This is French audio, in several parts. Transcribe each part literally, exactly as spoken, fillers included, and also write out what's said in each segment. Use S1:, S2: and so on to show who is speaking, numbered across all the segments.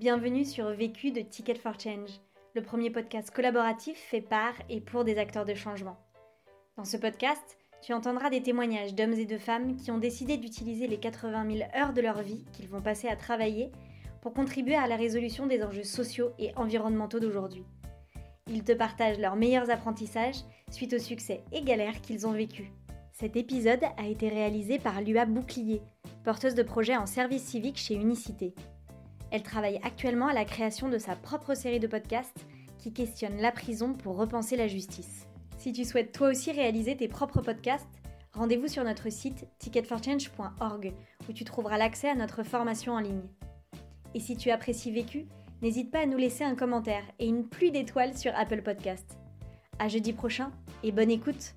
S1: Bienvenue sur Vécu de Ticket for Change, le premier podcast collaboratif fait par et pour des acteurs de changement. Dans ce podcast, tu entendras des témoignages d'hommes et de femmes qui ont décidé d'utiliser les quatre-vingt mille heures de leur vie qu'ils vont passer à travailler pour contribuer à la résolution des enjeux sociaux et environnementaux d'aujourd'hui. Ils te partagent leurs meilleurs apprentissages suite aux succès et galères qu'ils ont vécus. Cet épisode a été réalisé par Lua Bouclier, porteuse de projet en service civique chez Unicité. Elle travaille actuellement à la création de sa propre série de podcasts qui questionne la prison pour repenser la justice. Si tu souhaites toi aussi réaliser tes propres podcasts, rendez-vous sur notre site ticket for change point org où tu trouveras l'accès à notre formation en ligne. Et si tu apprécies Vécu, n'hésite pas à nous laisser un commentaire et une pluie d'étoiles sur Apple Podcasts. À jeudi prochain et bonne écoute!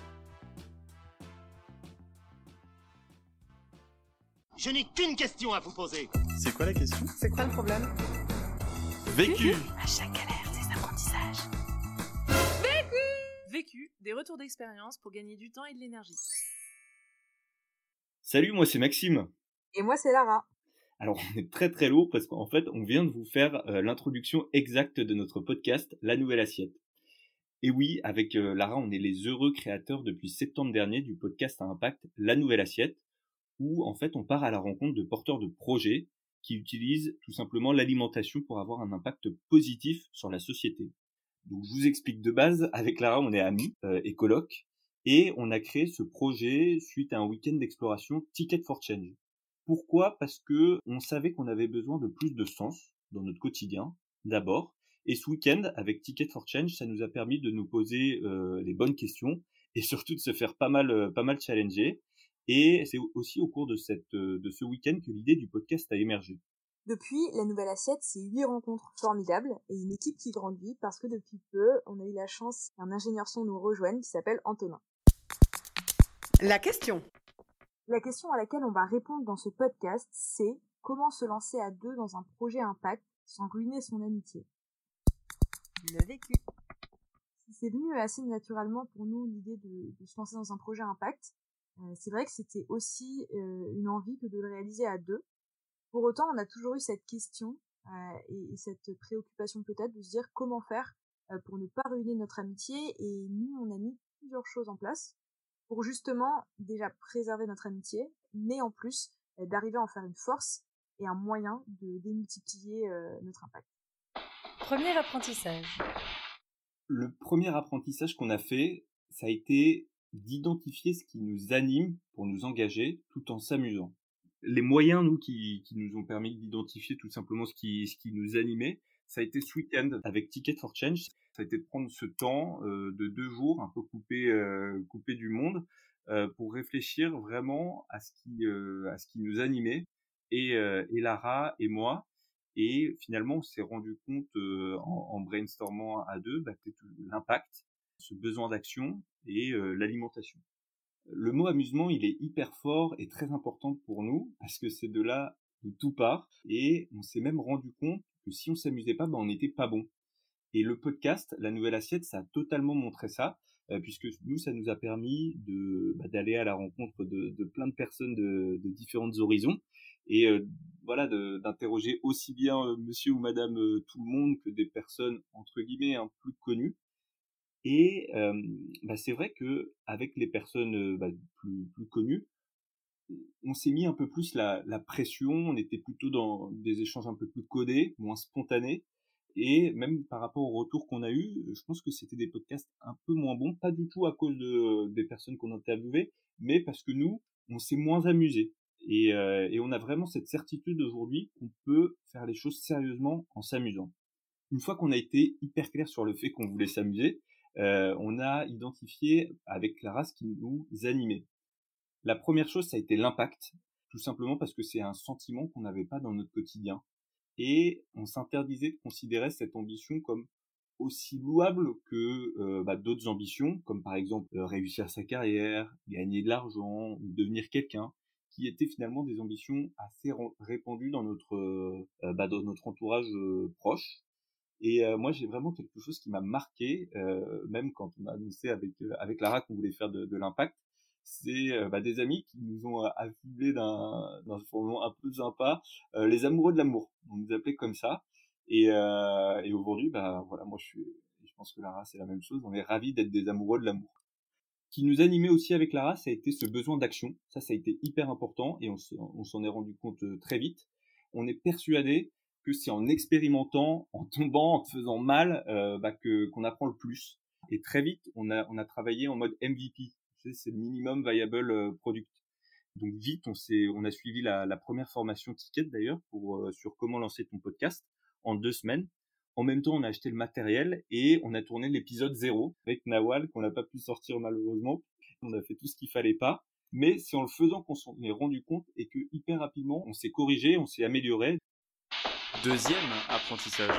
S2: Je n'ai qu'une question à vous poser.
S3: C'est quoi la question?
S4: C'est quoi le problème?
S3: Vécu.
S4: À chaque galère, des apprentissages.
S5: Vécu, des retours d'expérience pour gagner du temps et de l'énergie.
S3: Salut, moi c'est Maxime.
S4: Et moi c'est Lara.
S3: Alors on est très très lourd parce qu'en fait on vient de vous faire euh, l'introduction exacte de notre podcast La Nouvelle Assiette. Et oui, avec euh, Lara, on est les heureux créateurs depuis septembre dernier du podcast à impact La Nouvelle Assiette, où en fait on part à la rencontre de porteurs de projets qui utilisent tout simplement l'alimentation pour avoir un impact positif sur la société. Donc je vous explique de base, avec Lara on est amis euh, et colocs, et on a créé ce projet suite à un week-end d'exploration Ticket for Change. Pourquoi ? Parce que on savait qu'on avait besoin de plus de sens dans notre quotidien, d'abord, et ce week-end avec Ticket for Change, ça nous a permis de nous poser euh, les bonnes questions et surtout de se faire pas mal, euh, pas mal challenger. Et c'est aussi au cours de, cette, de ce week-end que l'idée du podcast a émergé.
S6: Depuis, La Nouvelle Assiette, c'est huit rencontres formidables et une équipe qui grandit parce que depuis peu, on a eu la chance qu'un ingénieur son nous rejoigne qui s'appelle Antonin.
S4: La question.
S6: La question à laquelle on va répondre dans ce podcast, c'est comment se lancer à deux dans un projet impact sans ruiner son amitié.
S4: Le vécu.
S6: C'est venu assez naturellement pour nous l'idée de, de se lancer dans un projet impact. Euh, c'est vrai que c'était aussi euh, une envie que de le réaliser à deux. Pour autant, on a toujours eu cette question euh, et, et cette préoccupation peut-être de se dire comment faire euh, pour ne pas ruiner notre amitié. Et nous, on a mis plusieurs choses en place pour justement déjà préserver notre amitié, mais en plus euh, d'arriver à en faire une force et un moyen de démultiplier euh, notre impact.
S5: Premier apprentissage.
S3: Le premier apprentissage qu'on a fait, ça a été d'identifier ce qui nous anime pour nous engager tout en s'amusant. Les moyens, nous, qui, qui nous ont permis d'identifier tout simplement ce qui, ce qui nous animait, ça a été ce week-end avec Ticket for Change. Ça a été de prendre ce temps euh, de deux jours, un peu coupé, euh, coupé du monde, euh, pour réfléchir vraiment à ce qui, euh, à ce qui nous animait, et, euh, et Lara et moi. Et finalement, on s'est rendu compte euh, en, en brainstormant à deux, bah, que l'impact, ce besoin d'action et euh, l'alimentation. Le mot amusement, il est hyper fort et très important pour nous parce que c'est de là où tout part, et on s'est même rendu compte que si on s'amusait pas, ben on n'était pas bon. Et le podcast, La Nouvelle Assiette, ça a totalement montré ça, euh, puisque nous, ça nous a permis de bah, d'aller à la rencontre de, de plein de personnes de, de différents horizons, et euh, voilà, de, d'interroger aussi bien euh, monsieur ou madame euh, tout le monde que des personnes entre guillemets hein, plus connues. Et euh, bah c'est vrai que avec les personnes euh, bah, plus, plus connues, on s'est mis un peu plus la, la pression. On était plutôt dans des échanges un peu plus codés, moins spontanés. Et même par rapport au retour qu'on a eu, je pense que c'était des podcasts un peu moins bons, pas du tout à cause de, des personnes qu'on interviewait, mais parce que nous, on s'est moins amusés. Et, euh, et on a vraiment cette certitude aujourd'hui qu'on peut faire les choses sérieusement en s'amusant. Une fois qu'on a été hyper clair sur le fait qu'on voulait s'amuser, Euh, on a identifié avec Clara ce qui nous animait. La première chose, ça a été l'impact, tout simplement parce que c'est un sentiment qu'on n'avait pas dans notre quotidien. Et on s'interdisait de considérer cette ambition comme aussi louable que euh, bah, d'autres ambitions, comme par exemple euh, réussir sa carrière, gagner de l'argent, ou devenir quelqu'un, qui étaient finalement des ambitions assez répandues dans notre, euh, bah, dans notre entourage euh, proche. Et euh, moi, j'ai vraiment quelque chose qui m'a marqué, euh, même quand on a annoncé avec euh, avec Lara qu'on voulait faire de, de l'impact. c'est euh, bah, des amis qui nous ont affublés d'un, d'un surnom un peu sympa, euh, les amoureux de l'amour. On nous appelait comme ça. Et, euh, et aujourd'hui, bah voilà, moi je suis, je pense que Lara c'est la même chose. On est ravis d'être des amoureux de l'amour. Ce qui nous animait aussi avec Lara, ça a été ce besoin d'action. Ça, ça a été hyper important et on, se, on s'en est rendu compte très vite. On est persuadé que c'est en expérimentant, en tombant, en te faisant mal, euh, bah, que qu'on apprend le plus. Et très vite, on a on a travaillé en mode M V P. Tu sais, c'est minimum viable product. Donc vite, on s'est on a suivi la, la première formation Ticket d'ailleurs pour euh, sur comment lancer ton podcast en deux semaines. En même temps, on a acheté le matériel et on a tourné l'épisode zéro avec Nawal qu'on n'a pas pu sortir malheureusement. On a fait tout ce qu'il fallait pas, mais c'est en le faisant qu'on s'en est rendu compte et que hyper rapidement, on s'est corrigé, on s'est amélioré.
S7: Deuxième apprentissage.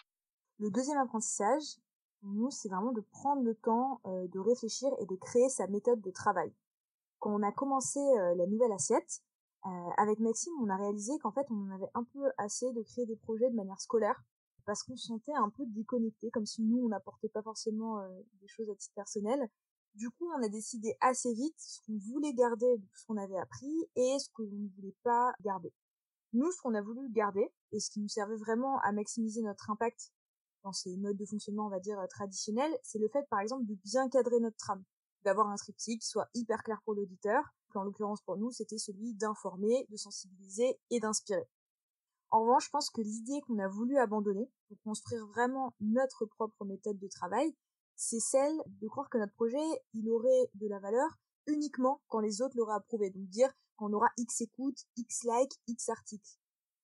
S6: Le deuxième apprentissage, pour nous, c'est vraiment de prendre le temps euh, de réfléchir et de créer sa méthode de travail. Quand on a commencé euh, la nouvelle assiette, euh, avec Maxime, on a réalisé qu'en fait, on en avait un peu assez de créer des projets de manière scolaire, parce qu'on se sentait un peu déconnecté, comme si nous, on n'apportait pas forcément euh, des choses à titre personnel. Du coup, on a décidé assez vite ce qu'on voulait garder de ce qu'on avait appris et ce que l'on ne voulait pas garder. Nous, ce qu'on a voulu garder, et ce qui nous servait vraiment à maximiser notre impact dans ces modes de fonctionnement, on va dire, traditionnels, c'est le fait, par exemple, de bien cadrer notre trame, d'avoir un triptyque qui soit hyper clair pour l'auditeur, qu'en l'occurrence pour nous, c'était celui d'informer, de sensibiliser et d'inspirer. En revanche, je pense que l'idée qu'on a voulu abandonner pour construire vraiment notre propre méthode de travail, c'est celle de croire que notre projet, il aurait de la valeur uniquement quand les autres l'auraient approuvé. Donc dire qu'on aura X écoutes, X likes, X articles.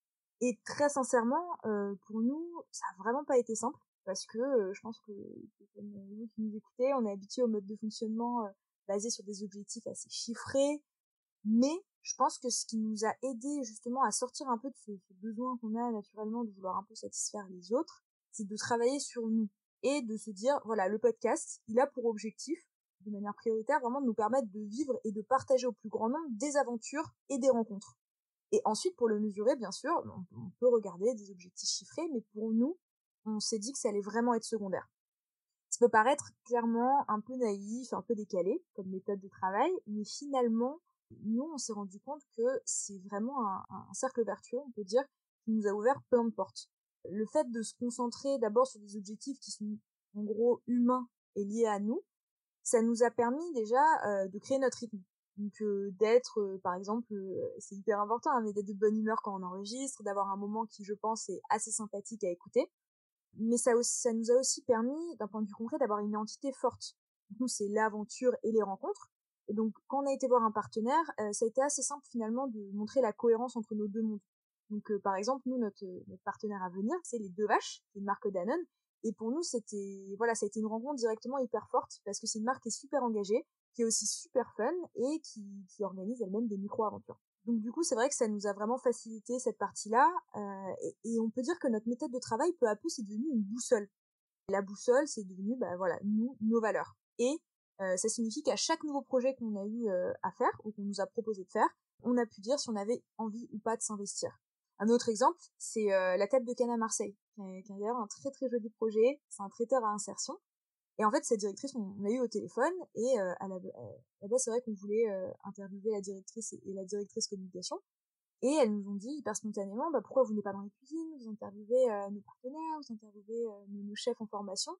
S6: Et très sincèrement, euh, pour nous, ça a vraiment pas été simple parce que euh, je pense que, que comme vous qui nous écoutez, on est habitué au mode de fonctionnement euh, basé sur des objectifs assez chiffrés. Mais je pense que ce qui nous a aidé justement à sortir un peu de ce, ce besoin qu'on a naturellement de vouloir un peu satisfaire les autres, c'est de travailler sur nous et de se dire, voilà, le podcast, il a pour objectif, de manière prioritaire, vraiment de nous permettre de vivre et de partager au plus grand nombre des aventures et des rencontres. Et ensuite, pour le mesurer, bien sûr, on, on peut regarder des objectifs chiffrés, mais pour nous, on s'est dit que ça allait vraiment être secondaire. Ça peut paraître clairement un peu naïf, un peu décalé comme méthode de travail, mais finalement, nous, on s'est rendu compte que c'est vraiment un, un cercle vertueux, on peut dire, qui nous a ouvert plein de portes. Le fait de se concentrer d'abord sur des objectifs qui sont en gros humains et liés à nous, ça nous a permis déjà euh, de créer notre rythme. Donc euh, d'être, euh, par exemple, euh, c'est hyper important, hein, mais d'être de bonne humeur quand on enregistre, d'avoir un moment qui, je pense, est assez sympathique à écouter. Mais ça, aussi, ça nous a aussi permis, d'un point de vue concret, d'avoir une identité forte. Donc, nous, c'est l'aventure et les rencontres. Et donc, quand on a été voir un partenaire, euh, ça a été assez simple finalement de montrer la cohérence entre nos deux mondes. Donc, euh, par exemple, nous, notre, notre partenaire à venir, c'est les Deux Vaches, c'est une marque Danone. Et pour nous, c'était, voilà, ça a été une rencontre directement hyper forte parce que c'est une marque qui est super engagée, qui est aussi super fun et qui, qui organise elle-même des micro-aventures. Donc du coup, c'est vrai que ça nous a vraiment facilité cette partie-là, euh, et, et on peut dire que notre méthode de travail, peu à peu, c'est devenu une boussole. La boussole, c'est devenu, bah voilà, nous, nos valeurs. Et euh, ça signifie qu'à chaque nouveau projet qu'on a eu euh, à faire ou qu'on nous a proposé de faire, on a pu dire si on avait envie ou pas de s'investir. Un autre exemple, c'est euh, la table de canne à Marseille, qui est, qui est d'ailleurs un très très joli projet. C'est un traiteur à insertion. Et en fait, cette directrice, on, on l'a eu au téléphone, et euh, à la euh, base, c'est vrai qu'on voulait euh, interviewer la directrice et, et la directrice communication. Et elles nous ont dit hyper spontanément, bah, pourquoi vous n'êtes pas dans les cuisines, vous interviewez euh, nos partenaires, vous interviewez euh, nos, nos chefs en formation.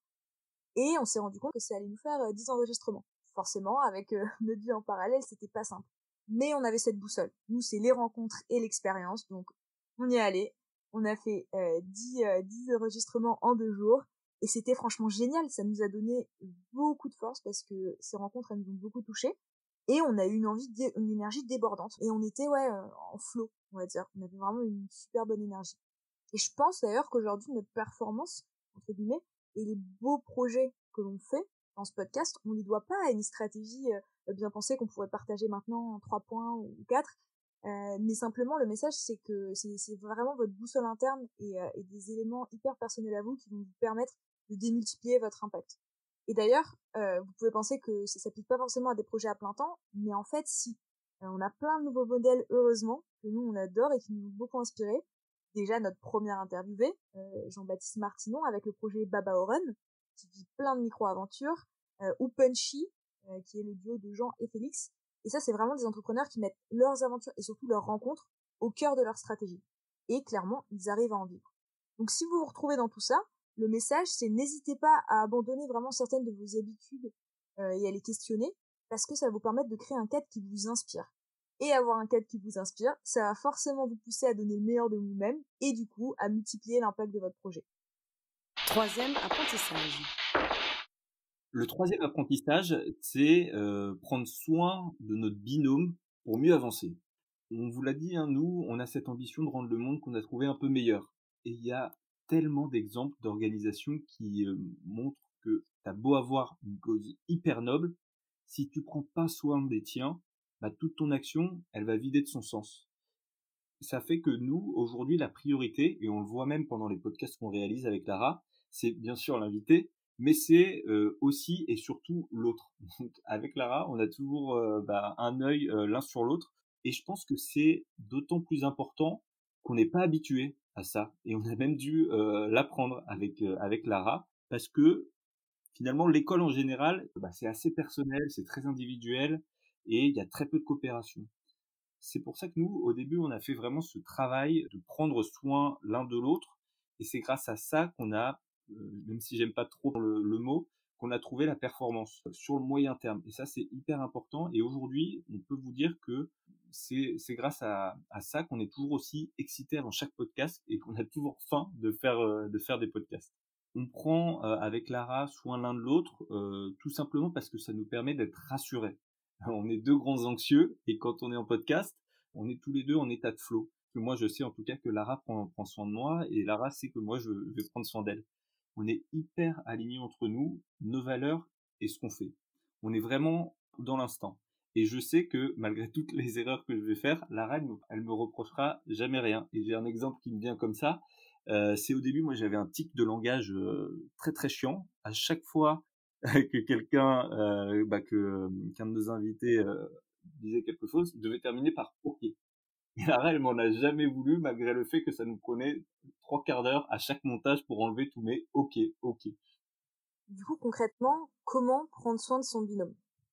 S6: Et on s'est rendu compte que ça allait nous faire euh, dix enregistrements. Forcément, avec euh, notre vie en parallèle, c'était pas simple. Mais on avait cette boussole. Nous, c'est les rencontres et l'expérience. Donc, on y est allé. On a fait euh, dix, euh, dix enregistrements en deux jours. Et c'était franchement génial. Ça nous a donné beaucoup de force parce que ces rencontres, elles nous ont beaucoup touchés. Et on a eu une envie, une énergie débordante. Et on était, ouais, euh, en flow, on va dire. On avait vraiment une super bonne énergie. Et je pense d'ailleurs qu'aujourd'hui, notre performance, entre guillemets, et les beaux projets que l'on fait dans ce podcast, on les doit pas à une stratégie euh, bien pensée qu'on pourrait partager maintenant en trois points ou quatre. Euh, mais simplement, le message, c'est que c'est, c'est vraiment votre boussole interne et, euh, et des éléments hyper personnels à vous qui vont vous permettre de démultiplier votre impact. Et d'ailleurs, euh, vous pouvez penser que ça s'applique pas forcément à des projets à plein temps, mais en fait, si. Euh, on a plein de nouveaux modèles, heureusement, que nous, on adore et qui nous ont beaucoup inspirés. Déjà, notre première interviewée, euh, Jean-Baptiste Martinon, avec le projet Baba Oren, qui vit plein de micro-aventures, euh, ou Punchy, euh, qui est le duo de Jean et Félix, Et ça, c'est vraiment des entrepreneurs qui mettent leurs aventures et surtout leurs rencontres au cœur de leur stratégie. Et clairement, ils arrivent à en vivre. Donc si vous vous retrouvez dans tout ça, le message, c'est n'hésitez pas à abandonner vraiment certaines de vos habitudes euh, et à les questionner, parce que ça va vous permettre de créer un cadre qui vous inspire. Et avoir un cadre qui vous inspire, ça va forcément vous pousser à donner le meilleur de vous-même et du coup à multiplier l'impact de votre projet.
S4: Troisième apprentissage.
S3: Le troisième apprentissage, c'est euh, prendre soin de notre binôme pour mieux avancer. On vous l'a dit, hein, nous, on a cette ambition de rendre le monde qu'on a trouvé un peu meilleur. Et il y a tellement d'exemples d'organisations qui euh, montrent que t'as beau avoir une cause hyper noble, si tu prends pas soin des tiens, bah, toute ton action, elle va vider de son sens. Ça fait que nous, aujourd'hui, la priorité, et on le voit même pendant les podcasts qu'on réalise avec Lara, c'est bien sûr l'invité, mais c'est euh, aussi et surtout l'autre. Donc, avec Lara, on a toujours euh, bah, un œil euh, l'un sur l'autre, et je pense que c'est d'autant plus important qu'on n'est pas habitué à ça, et on a même dû euh, l'apprendre avec euh, avec Lara, parce que finalement, l'école en général, bah, c'est assez personnel, c'est très individuel, et il y a très peu de coopération. C'est pour ça que nous, au début, on a fait vraiment ce travail de prendre soin l'un de l'autre, et c'est grâce à ça qu'on a, euh, même si j'aime pas trop le, le mot, qu'on a trouvé la performance sur le moyen terme. Et ça, c'est hyper important. Et aujourd'hui, on peut vous dire que c'est, c'est grâce à, à ça qu'on est toujours aussi excité avant chaque podcast et qu'on a toujours faim de faire, euh, de faire des podcasts. On prend euh, avec Lara soin l'un de l'autre, euh, tout simplement parce que ça nous permet d'être rassurés. On est deux grands anxieux et quand on est en podcast, on est tous les deux en état de flow. Moi, je sais en tout cas que Lara prend, prend soin de moi et Lara sait que moi, je vais prendre soin d'elle. On est hyper alignés entre nous, nos valeurs et ce qu'on fait. On est vraiment dans l'instant. Et je sais que malgré toutes les erreurs que je vais faire, Lara, elle me, elle me reprochera jamais rien. Et j'ai un exemple qui me vient comme ça. Euh, c'est au début, moi, j'avais un tic de langage euh, très très chiant. À chaque fois que quelqu'un, euh, bah, que qu'un de nos invités euh, disait quelque chose, il devait terminer par OK. Et Lara, elle m'en a jamais voulu, malgré le fait que ça nous prenait trois quarts d'heure à chaque montage pour enlever tous mes OK, OK.
S6: Du coup, concrètement, comment prendre soin de son binôme?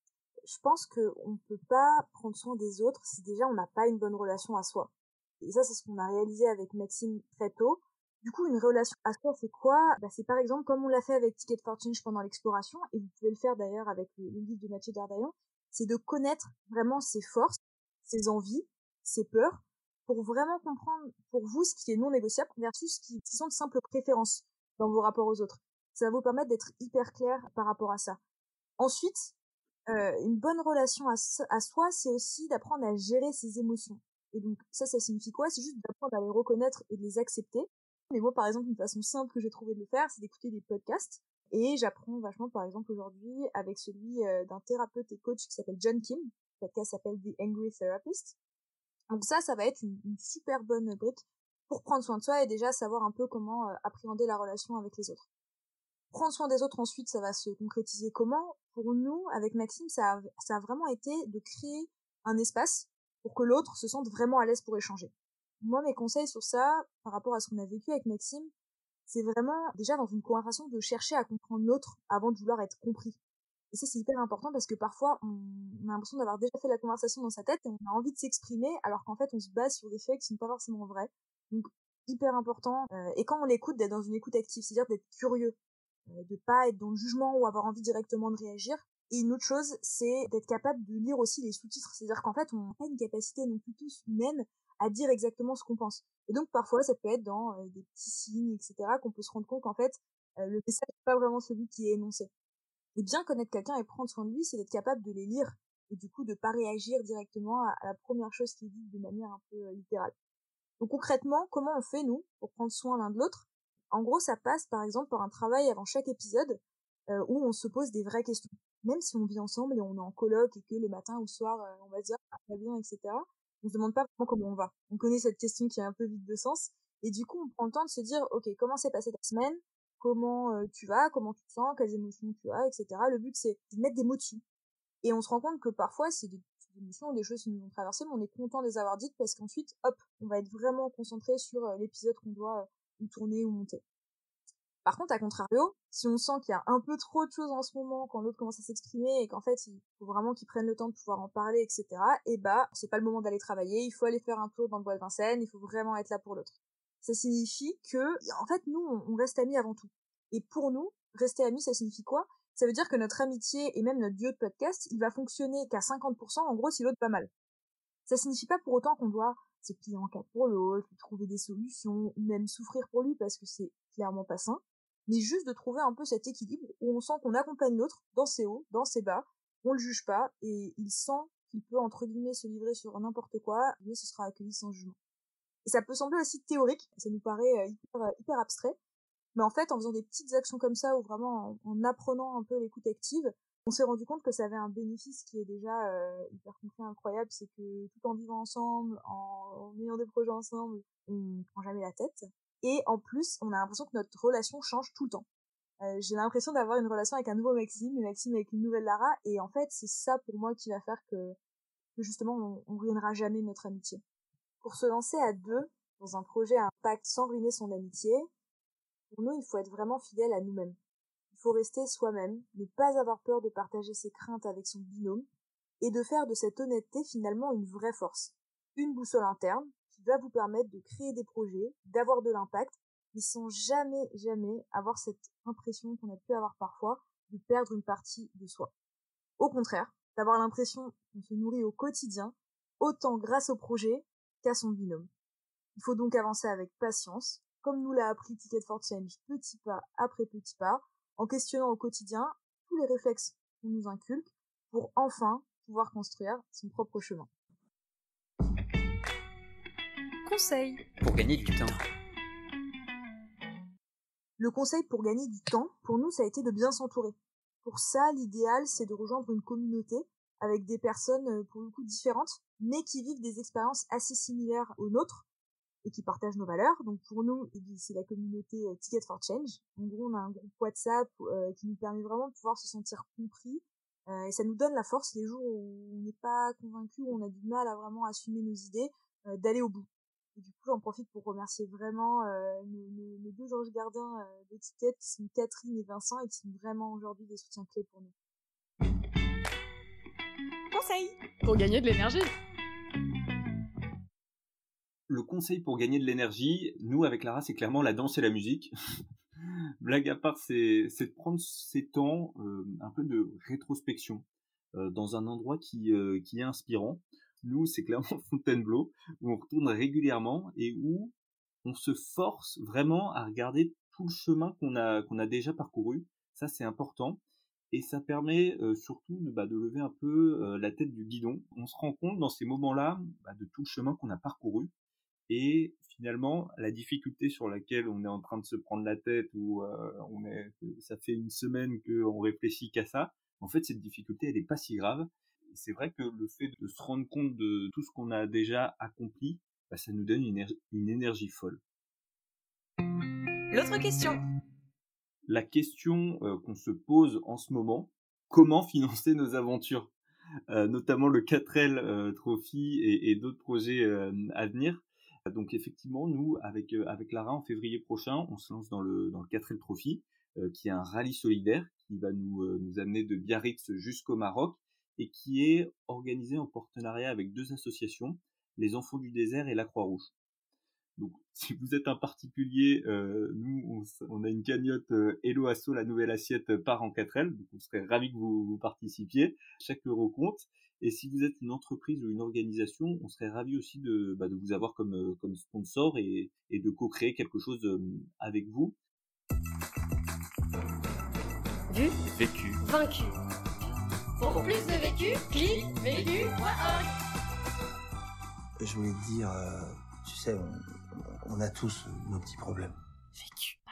S6: Je pense qu'on ne peut pas prendre soin des autres si déjà on n'a pas une bonne relation à soi. Et ça, c'est ce qu'on a réalisé avec Maxime très tôt. Du coup, une relation à soi, c'est quoi? Bah, c'est par exemple comme on l'a fait avec Ticket for Change pendant l'exploration, et vous pouvez le faire d'ailleurs avec le, le livre de Mathieu Dardaillan, c'est de connaître vraiment ses forces, ses envies, ses peurs, pour vraiment comprendre pour vous ce qui est non négociable versus ce qui, qui sont de simples préférences dans vos rapports aux autres. Ça va vous permettre d'être hyper clair par rapport à ça. Ensuite, euh, une bonne relation à, à soi, c'est aussi d'apprendre à gérer ses émotions. Et donc ça, ça signifie quoi? C'est juste d'apprendre à les reconnaître et de les accepter. Mais moi, par exemple, une façon simple que j'ai trouvé de le faire, c'est d'écouter des podcasts. Et j'apprends vachement, par exemple, aujourd'hui, avec celui euh, d'un thérapeute et coach qui s'appelle John Kim. Le podcast s'appelle The Angry Therapist. Donc ça, ça va être une, une super bonne brique pour prendre soin de soi et déjà savoir un peu comment euh, appréhender la relation avec les autres. Prendre soin des autres ensuite, ça va se concrétiser comment? Pour nous, avec Maxime, ça a, ça a vraiment été de créer un espace pour que l'autre se sente vraiment à l'aise pour échanger. Moi, mes conseils sur ça, par rapport à ce qu'on a vécu avec Maxime, c'est vraiment, déjà dans une conversation, de chercher à comprendre l'autre avant de vouloir être compris. Et ça, c'est hyper important parce que parfois, on, on a l'impression d'avoir déjà fait la conversation dans sa tête et on a envie de s'exprimer alors qu'en fait, on se base sur des faits qui sont pas forcément vrais. Donc, hyper important. Euh, et quand on l'écoute, d'être dans une écoute active, c'est-à-dire d'être curieux, euh, de pas être dans le jugement ou avoir envie directement de réagir. Et une autre chose, c'est d'être capable de lire aussi les sous-titres. C'est-à-dire qu'en fait, on n'a pas une capacité non plus tous humaine à dire exactement ce qu'on pense. Et donc, parfois, ça peut être dans euh, des petits signes, et cetera, qu'on peut se rendre compte qu'en fait, euh, le message n'est pas vraiment celui qui est énoncé. Et bien connaître quelqu'un et prendre soin de lui, c'est d'être capable de les lire. Et du coup, de pas réagir directement à, à la première chose qui est dite de manière un peu euh, littérale. Donc, concrètement, comment on fait, nous, pour prendre soin l'un de l'autre? En gros, ça passe, par exemple, par un travail avant chaque épisode, euh, où on se pose des vraies questions. Même si on vit ensemble et on est en coloc et que le matin ou le soir, euh, on va dire, ah, va bien, et cetera, on se demande pas vraiment comment on va. On connaît cette question qui est un peu vide de sens. Et du coup, on prend le temps de se dire, ok, comment s'est passée ta semaine? Comment euh, tu vas? Comment tu te sens? Quelles émotions tu as? Etc. Le but, c'est de mettre des mots dessus. Et on se rend compte que parfois, c'est des, des émotions, des choses qui nous ont traversées, mais on est content de les avoir dites parce qu'ensuite, hop, on va être vraiment concentré sur euh, l'épisode qu'on doit euh, ou tourner ou monter. Par contre, à contrario, si on sent qu'il y a un peu trop de choses en ce moment, quand l'autre commence à s'exprimer et qu'en fait, il faut vraiment qu'il prenne le temps de pouvoir en parler, et cetera, et bah, c'est pas le moment d'aller travailler, il faut aller faire un tour dans le bois de Vincennes, il faut vraiment être là pour l'autre. Ça signifie que, en fait, nous, on reste amis avant tout. Et pour nous, rester amis, ça signifie quoi? Ça veut dire que notre amitié et même notre duo de podcast, il va fonctionner qu'à cinquante pour cent, en gros, si l'autre va mal. Ça signifie pas pour autant qu'on doit se plier en quatre pour l'autre, lui trouver des solutions, ou même souffrir pour lui parce que c'est clairement pas sain, mais juste de trouver un peu cet équilibre où on sent qu'on accompagne l'autre dans ses hauts, dans ses bas, on le juge pas, et il sent qu'il peut, entre guillemets, se livrer sur n'importe quoi, mais ce sera accueilli sans jugement. Et ça peut sembler aussi théorique, ça nous paraît hyper, hyper abstrait, mais en fait, en faisant des petites actions comme ça, ou vraiment en, en apprenant un peu l'écoute active, on s'est rendu compte que ça avait un bénéfice qui est déjà euh, hyper concret, incroyable, c'est que tout en vivant ensemble, en, en ayant des projets ensemble, on ne prend jamais la tête. Et en plus, on a l'impression que notre relation change tout le temps. Euh, j'ai l'impression d'avoir une relation avec un nouveau Maxime, et Maxime avec une nouvelle Lara, et en fait, c'est ça pour moi qui va faire que, que justement, on ne ruinera jamais notre amitié. Pour se lancer à deux, dans un projet à impact sans ruiner son amitié, pour nous, il faut être vraiment fidèle à nous-mêmes. Il faut rester soi-même, ne pas avoir peur de partager ses craintes avec son binôme, et de faire de cette honnêteté finalement une vraie force. Une boussole interne qui va vous permettre de créer des projets, d'avoir de l'impact, mais sans jamais, jamais avoir cette impression qu'on a pu avoir parfois de perdre une partie de soi. Au contraire, d'avoir l'impression qu'on se nourrit au quotidien, autant grâce au projet qu'à son binôme. Il faut donc avancer avec patience, comme nous l'a appris Ticket for Change, petit pas après petit pas, en questionnant au quotidien tous les réflexes qu'on nous inculque pour enfin pouvoir construire son propre chemin.
S5: Conseil
S7: pour gagner du temps.
S6: Le conseil pour gagner du temps, pour nous, ça a été de bien s'entourer. Pour ça, l'idéal, c'est de rejoindre une communauté avec des personnes, pour le coup, différentes, mais qui vivent des expériences assez similaires aux nôtres et qui partagent nos valeurs. Donc pour nous, c'est la communauté Ticket for Change. En gros, on a un groupe WhatsApp euh, qui nous permet vraiment de pouvoir se sentir compris, euh, et ça nous donne la force les jours où on n'est pas convaincu, où on a du mal à vraiment assumer nos idées, euh, d'aller au bout. Et du coup, j'en profite pour remercier vraiment euh, nos, nos, nos deux anges gardiens euh, de Ticket, qui sont Catherine et Vincent, et qui sont vraiment aujourd'hui des soutiens clés pour nous.
S5: Conseil pour gagner de l'énergie.
S3: Le conseil pour gagner de l'énergie, nous avec Lara, c'est clairement la danse et la musique. Blague à part, c'est, c'est de prendre ces temps euh, un peu de rétrospection euh, dans un endroit qui, euh, qui est inspirant. Nous, c'est clairement Fontainebleau, où on retourne régulièrement et où on se force vraiment à regarder tout le chemin qu'on a, qu'on a déjà parcouru. Ça, c'est important. Et ça permet euh, surtout de, bah, de lever un peu euh, la tête du guidon. On se rend compte dans ces moments-là bah, de tout le chemin qu'on a parcouru. Et finalement, la difficulté sur laquelle on est en train de se prendre la tête, ou euh, on est, ça fait une semaine qu'on réfléchit qu'à ça, en fait, cette difficulté, elle est pas si grave. Et c'est vrai que le fait de se rendre compte de tout ce qu'on a déjà accompli, bah, ça nous donne une, éner- une énergie folle.
S5: L'autre question.
S3: La question euh, qu'on se pose en ce moment, comment financer nos aventures, euh, notamment le quatre L euh, Trophy et, et d'autres projets euh, à venir. Donc effectivement, nous, avec, euh, avec Lara, en février prochain, on se lance dans le, dans le quatre L Trophy, euh, qui est un rallye solidaire qui va nous, euh, nous amener de Biarritz jusqu'au Maroc et qui est organisé en partenariat avec deux associations, les Enfants du Désert et la Croix-Rouge. Donc, si vous êtes un particulier, euh, nous, on, on a une cagnotte euh, Hello Asso, la nouvelle assiette part en quatre L. Donc, on serait ravis que vous, vous participiez. Chaque euro compte. Et si vous êtes une entreprise ou une organisation, on serait ravis aussi de, bah, de vous avoir comme, euh, comme sponsor et, et de co-créer quelque chose euh, avec vous.
S4: Vu,
S7: Vécu.
S4: vaincu.
S8: Pour plus de vécu, clique vécu point org.
S9: Je voulais te dire, euh, tu sais, on, on a tous nos petits problèmes.
S4: Vécu.